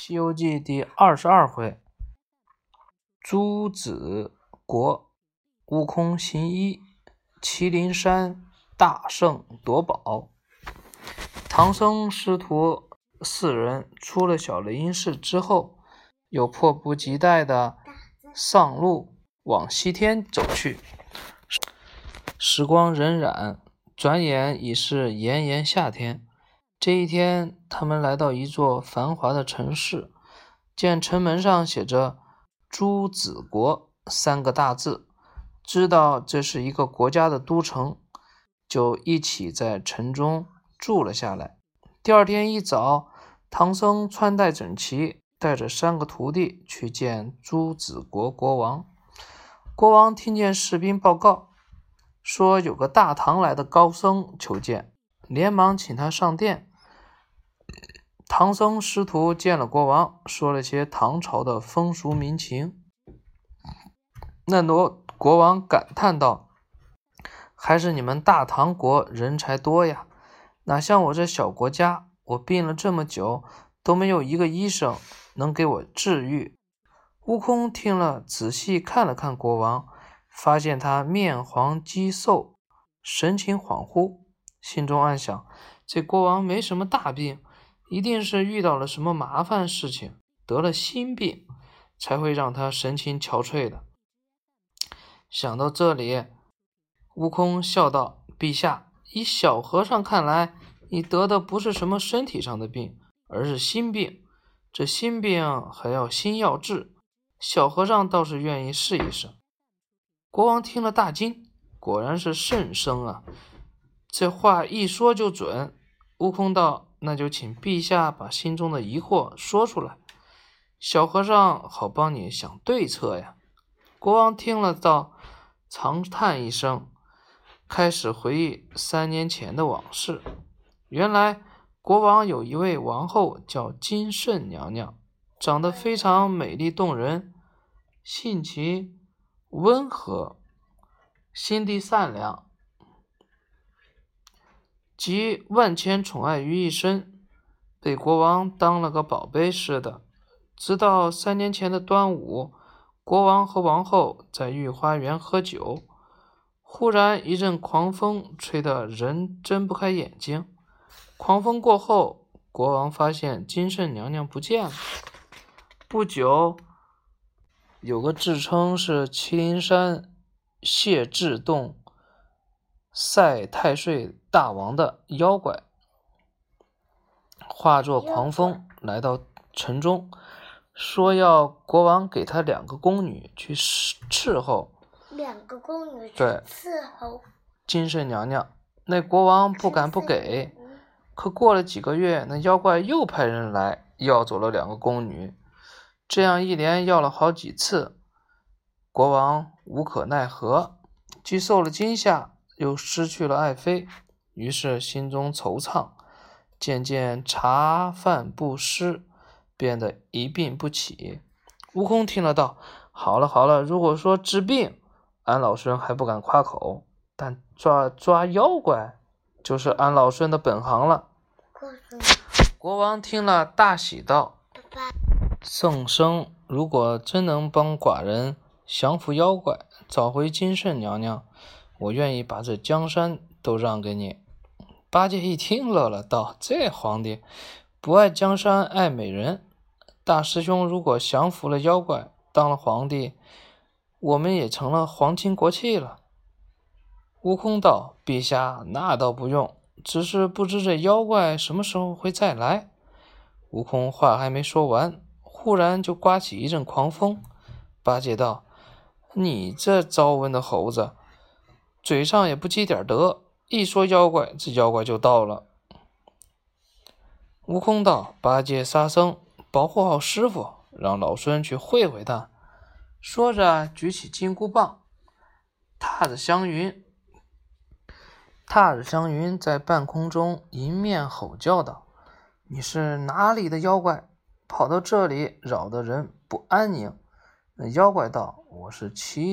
西游记》第22回，朱子国，悟空行医，麒麟山大圣夺宝。唐僧师徒4人出了小雷音寺之后，又迫不及待地上路往西天走去。时光荏苒，转眼已是炎炎夏天。这一天，他们来到一座繁华的城市，见城门上写着朱子国3个大字，知道这是一个国家的都城，就一起在城中住了下来。第二天一早，唐僧穿戴整齐，带着3个徒弟去见朱子国国王。国王听见士兵报告，说有个大唐来的高僧求见，连忙请他上殿。唐僧师徒见了国王，说了些唐朝的风俗民情。那国王感叹道：“还是你们大唐国人才多呀，哪像我这小国家，我病了这么久，都没有一个医生能给我治愈。”悟空听了，仔细看了看国王，发现他面黄肌瘦，神情恍惚，心中暗想，这国王没什么大病，一定是遇到了什么麻烦事情，得了心病，才会让他神情憔悴的。想到这里，悟空笑道：“陛下，以小和尚看来，你得的不是什么身体上的病，而是心病。这心病还要心药治，小和尚倒是愿意试一试。”国王听了大惊，果然是圣僧啊，这话一说就准。悟空道：“那就请陛下把心中的疑惑说出来，小和尚好帮你想对策呀。”国王听了道：“长叹一声，开始回忆3年前的往事。原来国王有一位王后叫金圣娘娘，长得非常美丽动人，性情温和，心地善良，集万千宠爱于一身，被国王当了个宝贝似的。直到3年前的端午，国王和王后在御花园喝酒，忽然一阵狂风吹得人睁不开眼睛。狂风过后，国王发现金圣娘娘不见了。不久，有个自称是麒麟山谢智洞赛太岁大王的妖怪，化作狂风来到城中，说要国王给他2个宫女去伺候。 2个宫女去对， 伺候金圣娘娘。那国王不敢不给，可过了几个月，那妖怪又派人来要走了2个宫女。这样一连要了好几次，国王无可奈何，既受了惊吓，又失去了爱妃，于是心中惆怅，渐渐茶饭不思，变得一病不起。悟空听了道：“好了好了，如果说治病，俺老孙还不敢夸口，但抓妖怪就是俺老孙的本行了。”国王听了大喜道：“圣僧如果真能帮寡人降服妖怪，找回金圣娘娘，我愿意把这江山都让给你。”八戒一听乐了，道：“这皇帝不爱江山爱美人，大师兄如果降服了妖怪，当了皇帝，我们也成了皇亲国戚了。”悟空道：“陛下那倒不用，只是不知这妖怪什么时候会再来。”悟空话还没说完，忽然就刮起一阵狂风。八戒道：“你这招文的猴子，嘴上也不积点德，一说妖怪，这妖怪就到了。”悟空道：“八戒、沙僧，保护好师傅，让老孙去会会他。”说着举起金箍棒，踏着香云在半空中迎面吼叫道：“你是哪里的妖怪，跑到这里扰得人不安宁？”那妖怪道：“我是麒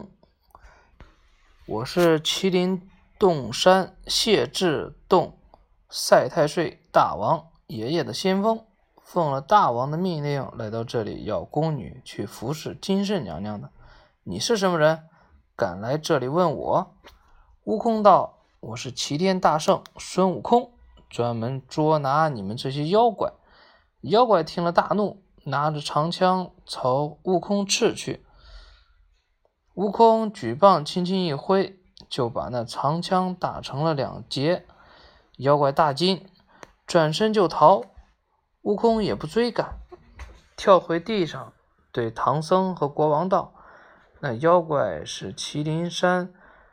麟洞山谢智洞赛太岁大王爷爷的先锋， 奉了大王的命令来到这里要宫女去服侍金圣娘娘的。你是什么人，敢来这里问我？”悟空道：“我是齐天大圣孙悟空，专门捉拿你们这些妖怪。”妖怪听了大怒，拿着长枪朝悟空刺去。悟空举棒轻轻一挥，就把那长枪打成了2截。妖怪大惊，转身就逃。悟空也不追赶，跳回地上，对唐僧和国王道：“那妖怪是麒麟山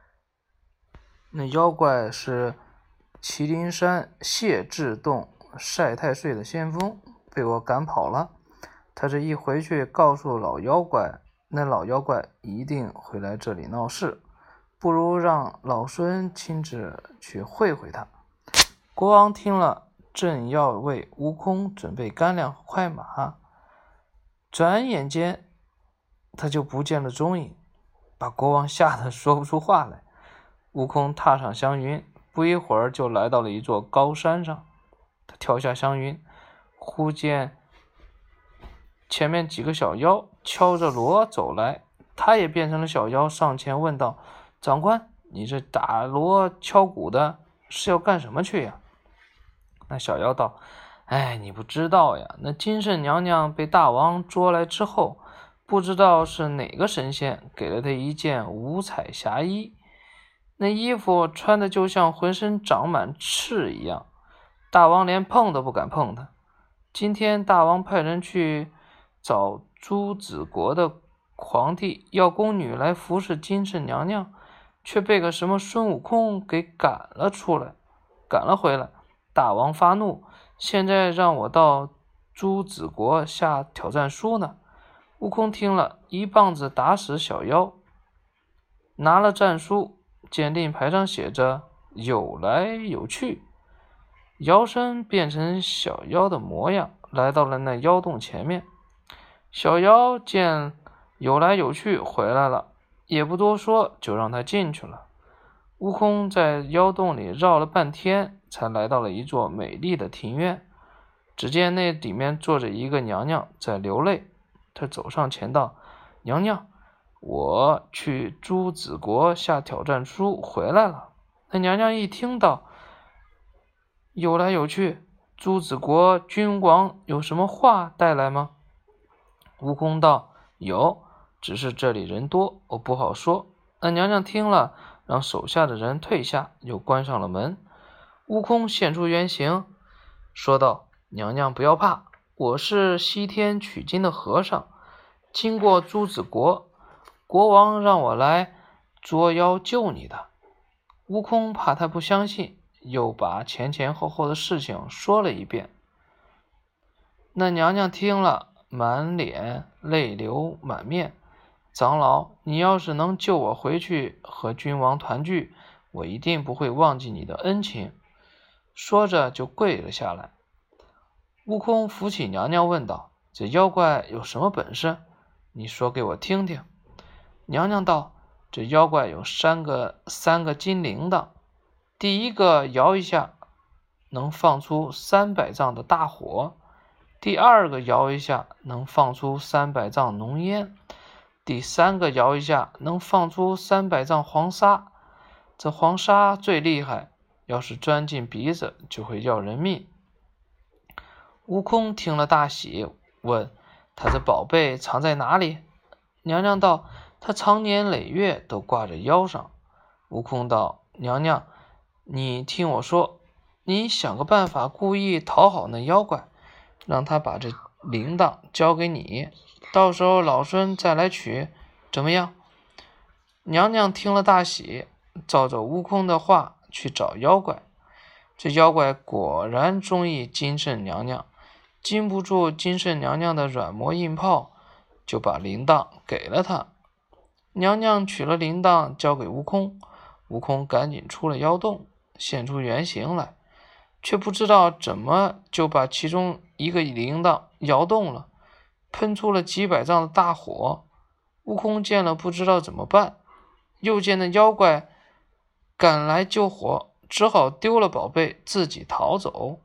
谢智洞晒太岁的先锋，被我赶跑了。他这一回去告诉老妖怪，那老妖怪一定会来这里闹事，不如让老孙亲自去会会他。”国王听了，正要为悟空准备干粮和快马，转眼间他就不见了踪影，把国王吓得说不出话来。悟空踏上祥云，不一会儿就来到了一座高山上。他跳下祥云，忽见前面几个小妖敲着锣走来，他也变成了小妖，上前问道：“长官，你这打锣敲鼓的是要干什么去呀？”那小妖道：“哎，你不知道呀，那金圣娘娘被大王捉来之后，不知道是哪个神仙给了她一件五彩霞衣，那衣服穿的就像浑身长满刺一样，大王连碰都不敢碰她。今天大王派人去找朱子国的皇帝要宫女来服侍金圣娘娘，却被个什么孙悟空给赶了回来。大王发怒，现在让我到朱子国下挑战书呢。”悟空听了，一棒子打死小妖，拿了战书，见令牌上写着“有来有去”，摇身变成小妖的模样，来到了那妖洞前面。小妖见有来有去回来了，也不多说，就让他进去了。悟空在妖洞里绕了半天，才来到了一座美丽的庭院。只见那里面坐着一个娘娘在流泪。他走上前道：“娘娘，我去朱子国下挑战书回来了。”那娘娘一听到有来有去，朱子国君王有什么话带来吗？悟空道：“有，只是这里人多，我不好说。”那娘娘听了，让手下的人退下，又关上了门。悟空现出原形，说道：“娘娘不要怕，我是西天取经的和尚，经过朱子国，国王让我来捉妖救你的。”悟空怕他不相信，又把前前后后的事情说了一遍。那娘娘听了，满脸泪流满面：“长老，你要是能救我回去和君王团聚，我一定不会忘记你的恩情。”说着就跪了下来。悟空扶起娘娘问道：“这妖怪有什么本事？你说给我听听。”娘娘道：“这妖怪有三个金铃铛，第一个摇一下能放出300丈的大火，第二个摇一下能放出300丈浓烟，第三个摇一下能放出300丈黄沙。这黄沙最厉害，要是钻进鼻子就会要人命。”悟空听了大喜，问：“他这宝贝藏在哪里？”娘娘道：“他长年累月都挂在腰上。”悟空道：“娘娘，你听我说，你想个办法，故意讨好那妖怪，让他把这铃铛交给你，到时候老孙再来取，怎么样？”娘娘听了大喜，照着悟空的话去找妖怪。这妖怪果然中意金圣娘娘，经不住金圣娘娘的软磨硬泡，就把铃铛给了她。娘娘取了铃铛交给悟空，悟空赶紧出了妖洞，现出原形来，却不知道怎么就把其中一个铃铛摇动了，喷出了几百丈的大火。悟空见了不知道怎么办，又见那妖怪赶来救火，只好丢了宝贝自己逃走。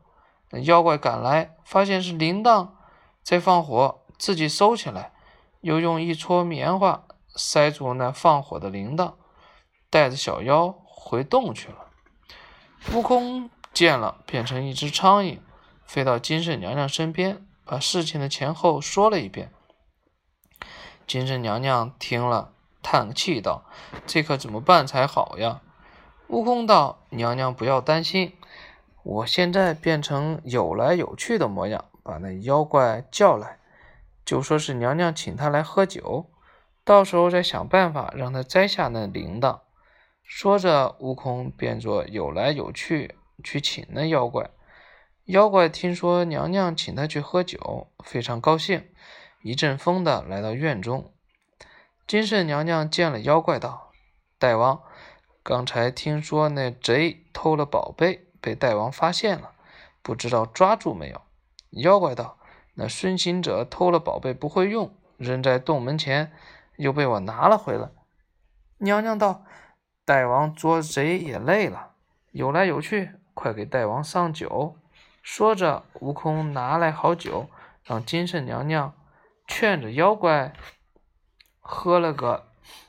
那妖怪赶来，发现是铃铛在放火，自己收起来，又用一撮棉花塞住那放火的铃铛，带着小妖回洞去了。悟空见了，变成一只苍蝇，飞到金圣娘娘身边，把事情的前后说了一遍。金圣娘娘听了，叹气道：“这可怎么办才好呀？”悟空道：“娘娘不要担心，我现在变成有来有去的模样，把那妖怪叫来，就说是娘娘请他来喝酒，到时候再想办法让他摘下那铃铛。”说着，悟空变作有来有去去请那妖怪。妖怪听说娘娘请他去喝酒，非常高兴，一阵风的来到院中。金圣娘娘见了妖怪道：“大王，刚才听说那贼偷了宝贝，被大王发现了，不知道抓住没有？”妖怪道：“那孙行者偷了宝贝不会用，扔在洞门前，又被我拿了回来。”娘娘道：“大王捉贼也累了，有来有去，快给大王上酒。”说着，悟空拿来好酒，让金圣娘娘劝着妖怪喝了个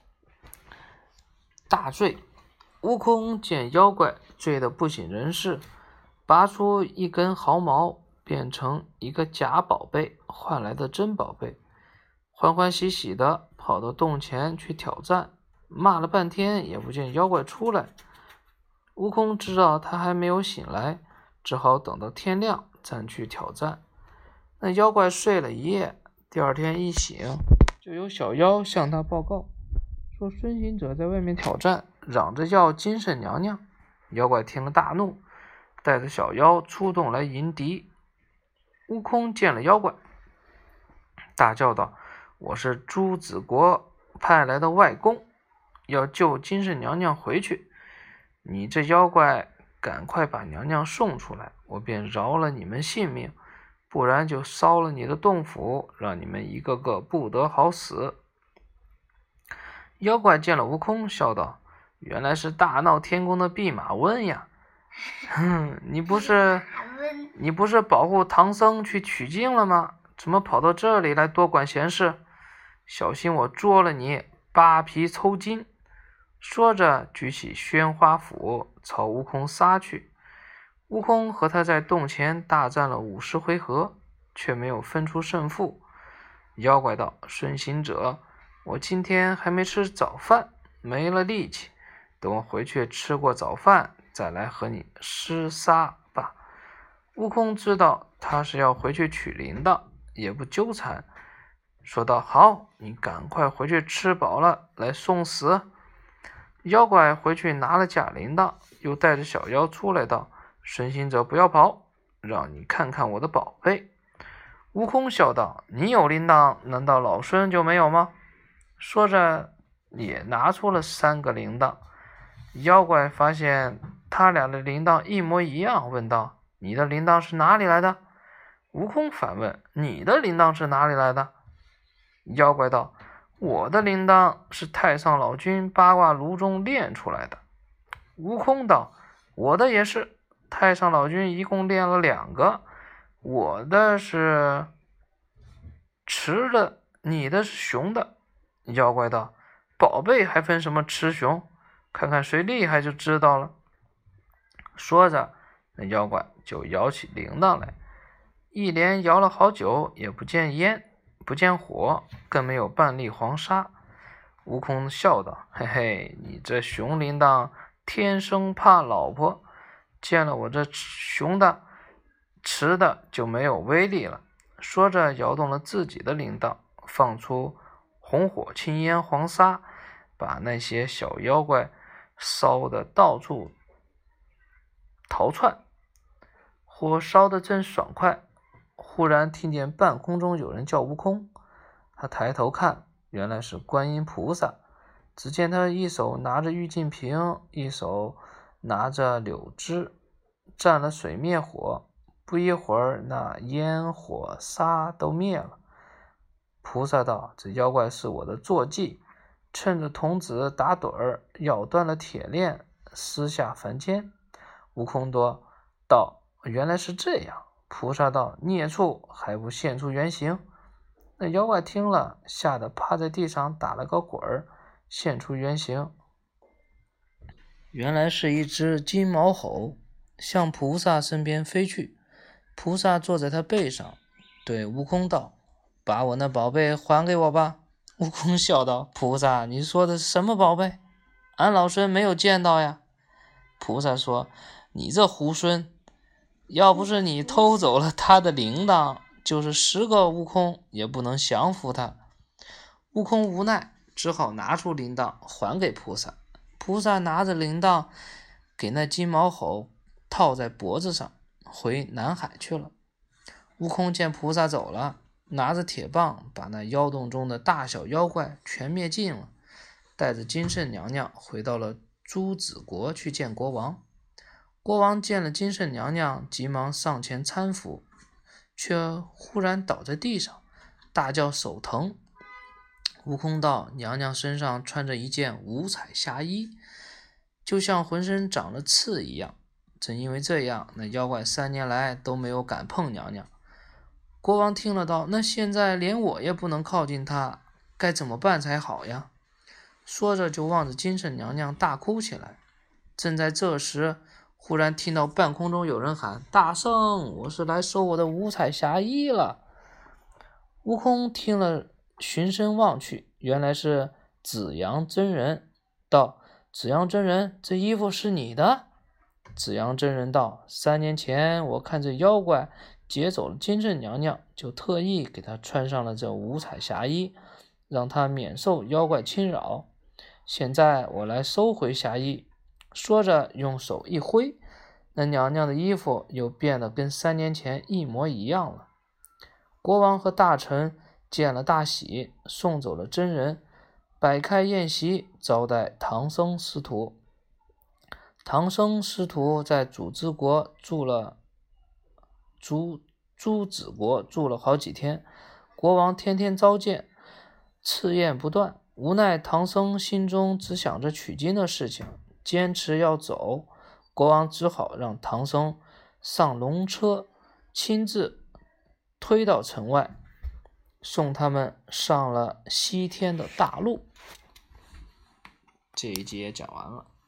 大醉。悟空见妖怪醉得不省人事，拔出一根毫毛，变成一个假宝贝换来的真宝贝，欢欢喜喜的跑到洞前去挑战，骂了半天也不见妖怪出来。悟空知道他还没有醒来，只好等到天亮再去挑战。那妖怪睡了一夜，第二天一醒，就有小妖向他报告，说孙行者在外面挑战，嚷着要金圣娘娘。妖怪听了大怒，带着小妖出洞来迎敌。悟空见了妖怪，大叫道：“我是朱子国派来的外公，要救金圣娘娘回去。你这妖怪，赶快把娘娘送出来，我便饶了你们性命，不然就烧了你的洞府，让你们一个个不得好死。”妖怪见了悟空，笑道：“原来是大闹天宫的弼马温呀！你不是保护唐僧去取经了吗？怎么跑到这里来多管闲事？小心我捉了你，扒皮抽筋！”说着，举起宣花斧朝悟空杀去。悟空和他在洞前大战了50回合，却没有分出胜负。妖怪道：“孙行者，我今天还没吃早饭，没了力气，等我回去吃过早饭，再来和你厮杀吧。”悟空知道他是要回去取铃铛，也不纠缠，说道：“好，你赶快回去吃饱了来送死。”妖怪回去拿了假铃铛，又带着小妖出来道：“孙行者不要跑，让你看看我的宝贝。”悟空笑道：“你有铃铛，难道老孙就没有吗？”说着也拿出了3个铃铛。妖怪发现他俩的铃铛一模一样，问道：“你的铃铛是哪里来的？”悟空反问：“你的铃铛是哪里来的？”妖怪道：“我的铃铛是太上老君八卦炉中炼出来的。”悟空道：“我的也是，太上老君一共炼了2个，我的是雌的，你的是雄的。”妖怪道：“宝贝还分什么雌雄？看看谁厉害就知道了。”说着，那妖怪就摇起铃铛来，一连摇了好久，也不见烟，不见火，更没有半粒黄沙。悟空笑道：“嘿嘿，你这熊铃铛天生怕老婆，见了我这熊的雌的就没有威力了。”说着摇动了自己的铃铛，放出红火青烟黄沙，把那些小妖怪烧得到处逃窜。火烧得正爽快，忽然听见半空中有人叫悟空。他抬头看，原来是观音菩萨。只见他一手拿着玉净瓶，一手拿着柳枝，蘸了水灭火。不一会儿，那烟火沙都灭了。菩萨道：“这妖怪是我的坐骑，趁着童子打盹儿，咬断了铁链，私下凡间。”悟空道：“原来是这样， 菩萨道：孽畜，还不现出原形？那妖怪听了，吓得趴在地上打了个滚儿，现出原形。原来是一只金毛猴，向菩萨身边飞去。菩萨坐在他背上，对悟空道：把我那宝贝还给我吧。悟空笑道：菩萨，你说的是什么宝贝？俺老孙没有见到呀。菩萨说：你这猢狲，要不是你偷走了他的铃铛，就是10个悟空也不能降服他。悟空无奈，只好拿出铃铛还给菩萨。菩萨拿着铃铛给那金毛猴套在脖子上，回南海去了。悟空见菩萨走了，拿着铁棒把那妖洞中的大小妖怪全灭尽了，带着金圣娘娘回到了朱紫国去见国王。国王见了金圣娘娘，急忙上前搀扶，却忽然倒在地上，大叫手疼。悟空道：娘娘身上穿着一件五彩霞衣，就像浑身长了刺一样。正因为这样，那妖怪3年来都没有敢碰娘娘。国王听了道：那现在连我也不能靠近她，该怎么办才好呀？说着就望着金圣娘娘大哭起来。正在这时，忽然听到半空中有人喊：大圣，我是来收我的五彩霞衣了。悟空听了，循声望去，原来是紫阳真人，道：紫阳真人，这衣服是你的？紫阳真人道：3年前我看这妖怪劫走了金圣娘娘，就特意给她穿上了这五彩霞衣，让她免受妖怪侵扰。现在我来收回霞衣。说着用手一挥，那娘娘的衣服又变得跟3年前一模一样了。国王和大臣见了大喜，送走了真人，摆开宴席招待唐僧师徒。唐僧师徒在朱紫国住了好几天，国王天天召见，赐宴不断。无奈唐僧心中只想着取经的事情，坚持要走，国王只好让唐僧上龙车，亲自推到城外，送他们上了西天的大路。这一节讲完了。